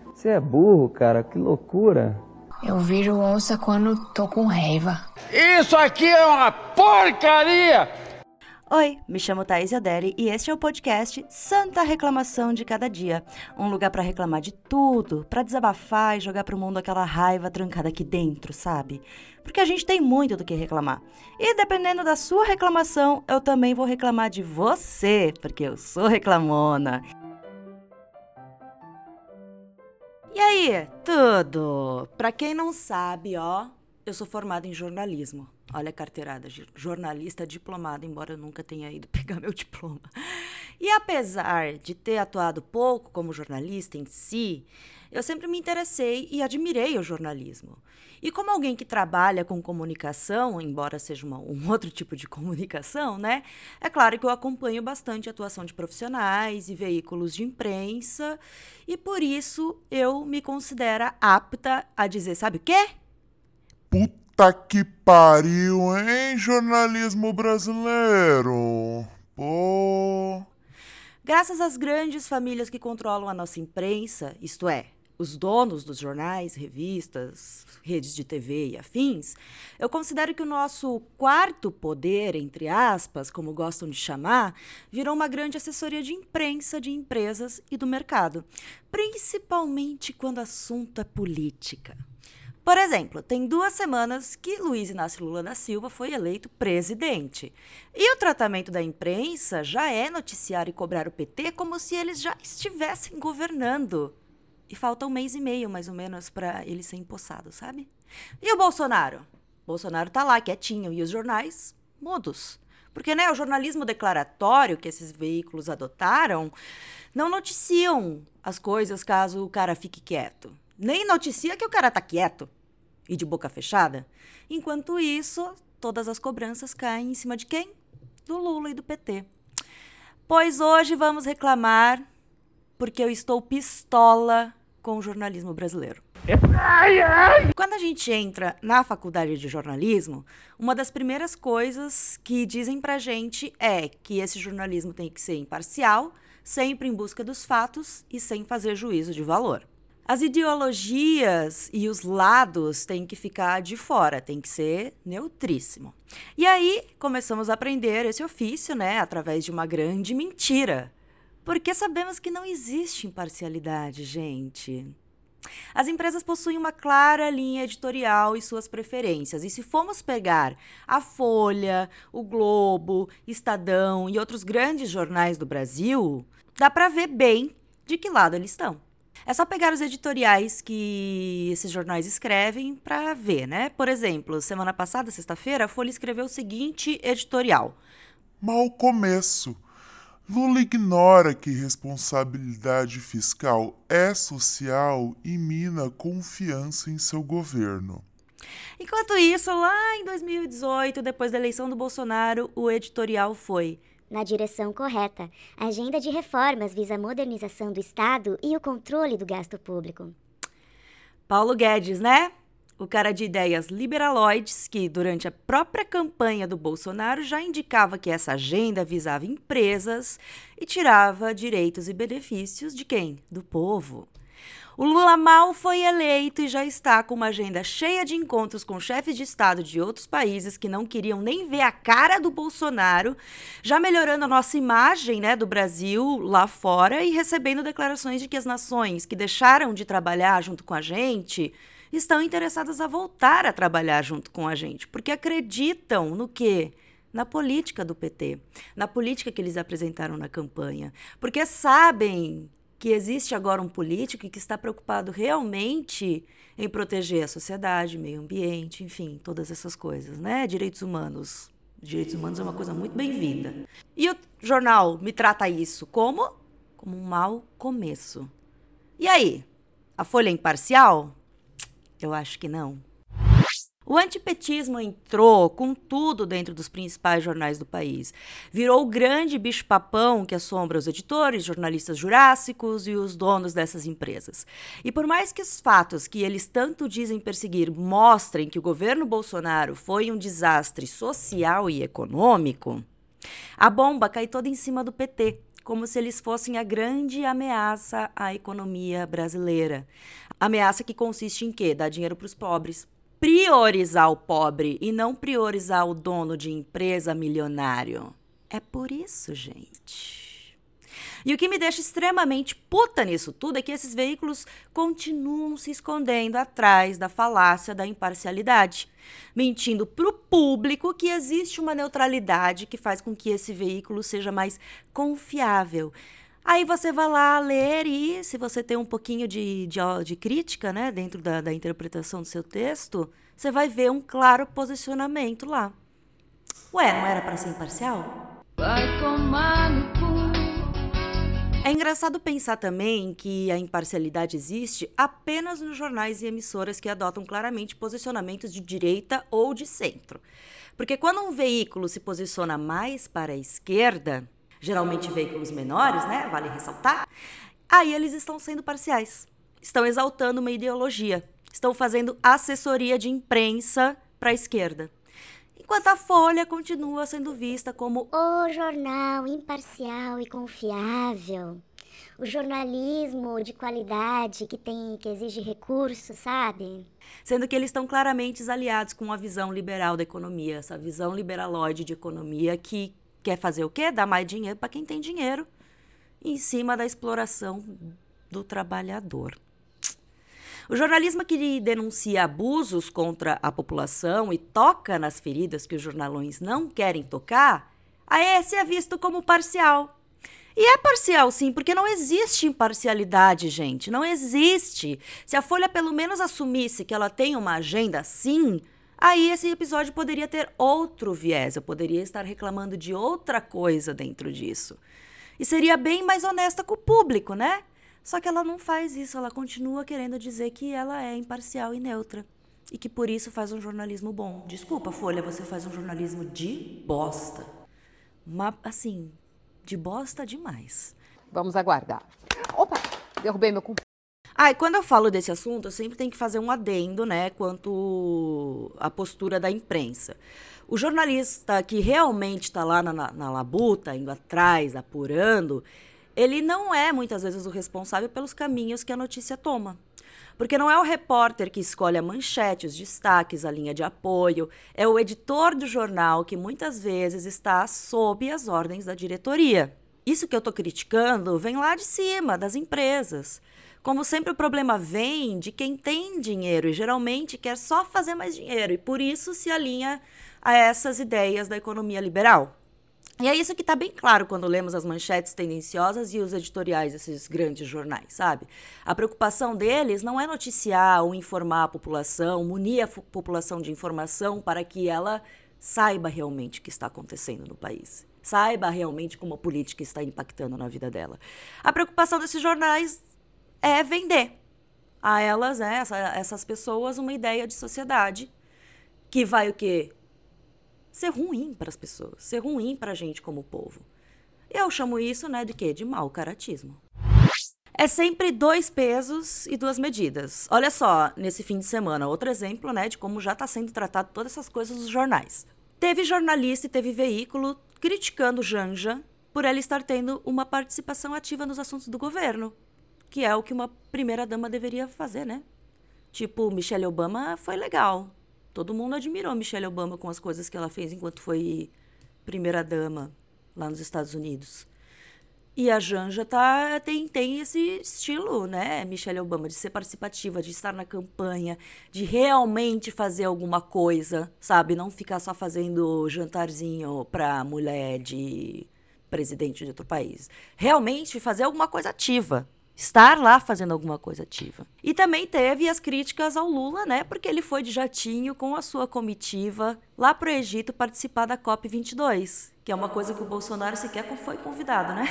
Você é burro, cara, que loucura. Eu viro onça quando tô com raiva. Isso aqui é uma porcaria! Oi, me chamo Thaís Aderi e este é o podcast Santa Reclamação de Cada Dia. Um lugar pra reclamar de tudo, pra desabafar e jogar pro mundo aquela raiva trancada aqui dentro, sabe? Porque a gente tem muito do que reclamar. E dependendo da sua reclamação, eu também vou reclamar de você, porque eu sou reclamona. E aí, tudo? Pra quem não sabe, eu sou formada em jornalismo. Olha a carteirada, jornalista diplomada, embora eu nunca tenha ido pegar meu diploma. E apesar de ter atuado pouco como jornalista em si, eu sempre me interessei e admirei o jornalismo. E como alguém que trabalha com comunicação, embora seja um outro tipo de comunicação, né? É claro que eu acompanho bastante a atuação de profissionais e veículos de imprensa, e por isso eu me considero apta a dizer, sabe o quê? Puta que pariu, hein, jornalismo brasileiro? Pô... Graças às grandes famílias que controlam a nossa imprensa, isto é, os donos dos jornais, revistas, redes de TV e afins, eu considero que o nosso quarto poder, entre aspas, como gostam de chamar, virou uma grande assessoria de imprensa de empresas e do mercado, principalmente quando o assunto é política. Por exemplo, tem 2 semanas que Luiz Inácio Lula da Silva foi eleito presidente. E o tratamento da imprensa já é noticiar e cobrar o PT como se eles já estivessem governando. E falta 1 mês e meio, mais ou menos, para ele ser empossado, sabe? E o Bolsonaro? Bolsonaro tá lá, quietinho, e os jornais mudos. Porque, né, o jornalismo declaratório que esses veículos adotaram não noticiam as coisas caso o cara fique quieto. Nem noticia que o cara tá quieto e de boca fechada. Enquanto isso, todas as cobranças caem em cima de quem? Do Lula e do PT. Pois hoje vamos reclamar porque eu estou pistola com o jornalismo brasileiro. Quando a gente entra na faculdade de jornalismo, uma das primeiras coisas que dizem pra gente é que esse jornalismo tem que ser imparcial, sempre em busca dos fatos e sem fazer juízo de valor. As ideologias e os lados têm que ficar de fora, tem que ser neutríssimo. E aí começamos a aprender esse ofício, né, através de uma grande mentira. Porque sabemos que não existe imparcialidade, gente. As empresas possuem uma clara linha editorial e suas preferências. E se formos pegar a Folha, o Globo, Estadão e outros grandes jornais do Brasil, dá para ver bem de que lado eles estão. É só pegar os editoriais que esses jornais escrevem para ver, né? Por exemplo, semana passada, sexta-feira, a Folha escreveu o seguinte editorial. Mau começo. Lula ignora que responsabilidade fiscal é social e mina confiança em seu governo. Enquanto isso, lá em 2018, depois da eleição do Bolsonaro, o editorial foi: na direção correta, a agenda de reformas visa a modernização do Estado e o controle do gasto público. Paulo Guedes, né? O cara de ideias liberaloides que, durante a própria campanha do Bolsonaro, já indicava que essa agenda visava empresas e tirava direitos e benefícios de quem? Do povo. O Lula mal foi eleito e já está com uma agenda cheia de encontros com chefes de Estado de outros países que não queriam nem ver a cara do Bolsonaro, já melhorando a nossa imagem, né, do Brasil lá fora e recebendo declarações de que as nações que deixaram de trabalhar junto com a gente estão interessadas a voltar a trabalhar junto com a gente, porque acreditam no quê? Na política do PT, na política que eles apresentaram na campanha, porque sabem que existe agora um político que está preocupado realmente em proteger a sociedade, meio ambiente, enfim, todas essas coisas, né? Direitos humanos. Direitos humanos é uma coisa muito bem-vinda. E o jornal me trata isso como? Como um mau começo. E aí? A Folha é imparcial? Eu acho que não. O antipetismo entrou com tudo dentro dos principais jornais do país. Virou o grande bicho-papão que assombra os editores, jornalistas jurássicos e os donos dessas empresas. E por mais que os fatos que eles tanto dizem perseguir mostrem que o governo Bolsonaro foi um desastre social e econômico, a bomba cai toda em cima do PT, como se eles fossem a grande ameaça à economia brasileira. Ameaça que consiste em quê? Dar dinheiro para os pobres. Priorizar o pobre e não priorizar o dono de empresa milionário. É por isso, gente. E o que me deixa extremamente puta nisso tudo é que esses veículos continuam se escondendo atrás da falácia da imparcialidade, mentindo para o público que existe uma neutralidade que faz com que esse veículo seja mais confiável. Aí você vai lá ler e, se você tem um pouquinho de crítica, né, dentro da interpretação do seu texto, você vai ver um claro posicionamento lá. Ué, não era para ser imparcial? Vai tomar no cu. É engraçado pensar também que a imparcialidade existe apenas nos jornais e emissoras que adotam claramente posicionamentos de direita ou de centro. Porque quando um veículo se posiciona mais para a esquerda, geralmente veículos menores, né, vale ressaltar, aí eles estão sendo parciais, estão exaltando uma ideologia, estão fazendo assessoria de imprensa para a esquerda. Enquanto a Folha continua sendo vista como o jornal imparcial e confiável. O jornalismo de qualidade que exige recursos, sabe? Sendo que eles estão claramente aliados com a visão liberal da economia, essa visão liberaloide de economia que quer fazer o quê? Dar mais dinheiro para quem tem dinheiro, em cima da exploração do trabalhador. O jornalismo que denuncia abusos contra a população e toca nas feridas que os jornalões não querem tocar, a esse é visto como parcial. E é parcial, sim, porque não existe imparcialidade, gente. Não existe. Se a Folha pelo menos assumisse que ela tem uma agenda, sim, aí esse episódio poderia ter outro viés. Eu poderia estar reclamando de outra coisa dentro disso. E seria bem mais honesta com o público, né? Só que ela não faz isso, ela continua querendo dizer que ela é imparcial e neutra. E que por isso faz um jornalismo bom. Desculpa, Folha, você faz um jornalismo de bosta. Mas, assim, de bosta demais. Vamos aguardar. Opa, derrubei meu computador. E quando eu falo desse assunto, eu sempre tenho que fazer um adendo, né, quanto à postura da imprensa. O jornalista que realmente está lá na labuta, indo atrás, apurando, ele não é, muitas vezes, o responsável pelos caminhos que a notícia toma. Porque não é o repórter que escolhe a manchete, os destaques, a linha de apoio. É o editor do jornal que, muitas vezes, está sob as ordens da diretoria. Isso que eu estou criticando vem lá de cima, das empresas. Como sempre, o problema vem de quem tem dinheiro e, geralmente, quer só fazer mais dinheiro. E, por isso, se alinha a essas ideias da economia liberal. E é isso que está bem claro quando lemos as manchetes tendenciosas e os editoriais desses grandes jornais, sabe? A preocupação deles não é noticiar ou informar a população, munir a população de informação para que ela saiba realmente o que está acontecendo no país. Saiba realmente como a política está impactando na vida dela. A preocupação desses jornais é vender a elas, né, essas pessoas, uma ideia de sociedade que vai o quê? Ser ruim para as pessoas, ser ruim para a gente como povo. Eu chamo isso, né, de quê? De mau caratismo. É sempre 2 pesos e 2 medidas. Olha só, nesse fim de semana, outro exemplo, né, de como já está sendo tratado todas essas coisas nos jornais. Teve jornalista e teve veículo criticando Janja por ela estar tendo uma participação ativa nos assuntos do governo, que é o que uma primeira-dama deveria fazer, né? Tipo, Michelle Obama foi legal. Todo mundo admirou Michelle Obama com as coisas que ela fez enquanto foi primeira-dama lá nos Estados Unidos. E a Janja tem esse estilo, né, Michelle Obama, de ser participativa, de estar na campanha, de realmente fazer alguma coisa, sabe? Não ficar só fazendo jantarzinho pra mulher de presidente de outro país. Realmente fazer alguma coisa ativa. Estar lá fazendo alguma coisa ativa. E também teve as críticas ao Lula, né? Porque ele foi de jatinho com a sua comitiva lá pro Egito participar da COP22, que é uma coisa que o Bolsonaro sequer foi convidado, né?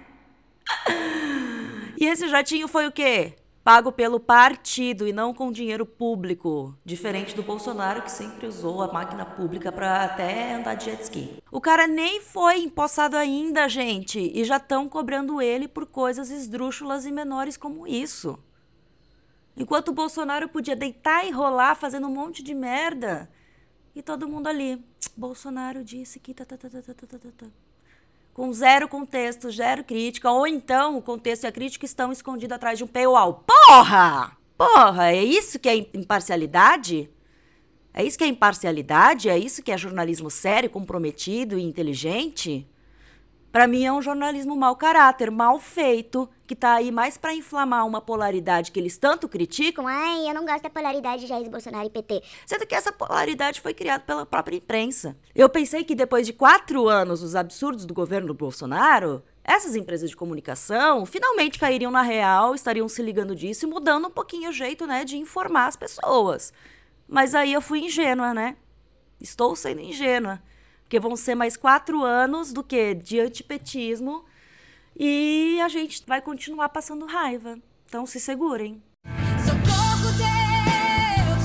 E esse jatinho foi o quê? Pago pelo partido e não com dinheiro público, diferente do Bolsonaro, que sempre usou a máquina pública para até andar de jet ski. O cara nem foi empossado ainda, gente, e já estão cobrando ele por coisas esdrúxulas e menores como isso. Enquanto o Bolsonaro podia deitar e rolar fazendo um monte de merda, e todo mundo ali, Bolsonaro disse que... com zero contexto, zero crítica, ou então o contexto e a crítica estão escondidos atrás de um paywall. Porra! Porra, é isso que é imparcialidade? É isso que é imparcialidade? É isso que é jornalismo sério, comprometido e inteligente? Para mim é um jornalismo mau caráter, mal feito, que tá aí mais para inflamar uma polaridade que eles tanto criticam. Ai, eu não gosto da polaridade de Jair Bolsonaro e PT. Sendo que essa polaridade foi criada pela própria imprensa. Eu pensei que depois de 4 anos dos absurdos do governo do Bolsonaro, essas empresas de comunicação finalmente cairiam na real, estariam se ligando disso e mudando um pouquinho o jeito, né, de informar as pessoas. Mas aí eu fui ingênua, né? Estou sendo ingênua. Porque vão ser mais 4 anos do que de antipetismo e a gente vai continuar passando raiva. Então se segurem. Socorro, Deus!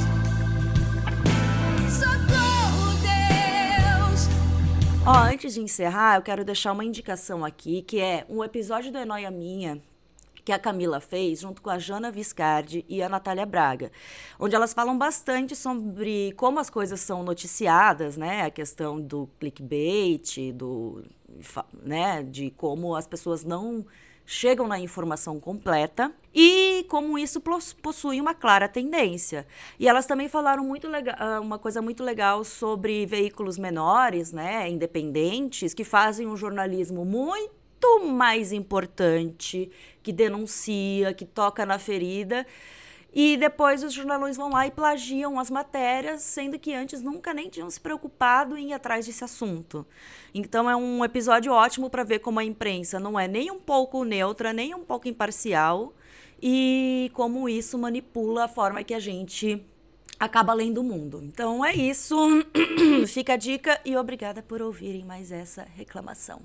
Socorro, Deus! Ó, antes de encerrar, eu quero deixar uma indicação aqui, que é um episódio do É Nóia Minha, que a Camila fez junto com a Jana Viscardi e a Natália Braga, onde elas falam bastante sobre como as coisas são noticiadas, né? A questão do clickbait, né? De como as pessoas não chegam na informação completa e como isso possui uma clara tendência. E elas também falaram uma coisa muito legal sobre veículos menores, né? Independentes, que fazem um jornalismo muito mais importante, que denuncia, que toca na ferida, e depois os jornalistas vão lá e plagiam as matérias, sendo que antes nunca nem tinham se preocupado em ir atrás desse assunto. Então é um episódio ótimo para ver como a imprensa não é nem um pouco neutra, nem um pouco imparcial, e como isso manipula a forma que a gente acaba lendo o mundo. Então é isso, fica a dica e obrigada por ouvirem mais essa reclamação.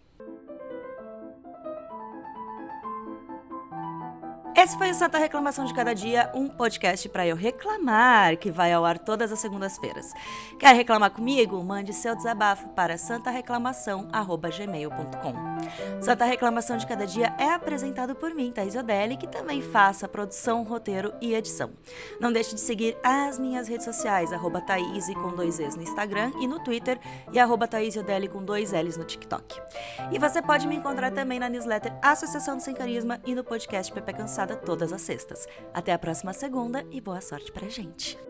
Esse foi o Santa Reclamação de Cada Dia, um podcast para eu reclamar, que vai ao ar todas as segundas-feiras. Quer reclamar comigo? Mande seu desabafo para santareclamação@gmail.com. Santa Reclamação de Cada Dia é apresentado por mim, Thaís Odelli, que também faça produção, roteiro e edição. Não deixe de seguir as minhas redes sociais, @Thaís com 2 Es no Instagram e no Twitter, e @Thaís Odelli com 2 Ls no TikTok. E você pode me encontrar também na newsletter Associação do Sem Carisma e no podcast Pepe Cansada todas as sextas. Até a próxima segunda e boa sorte pra gente!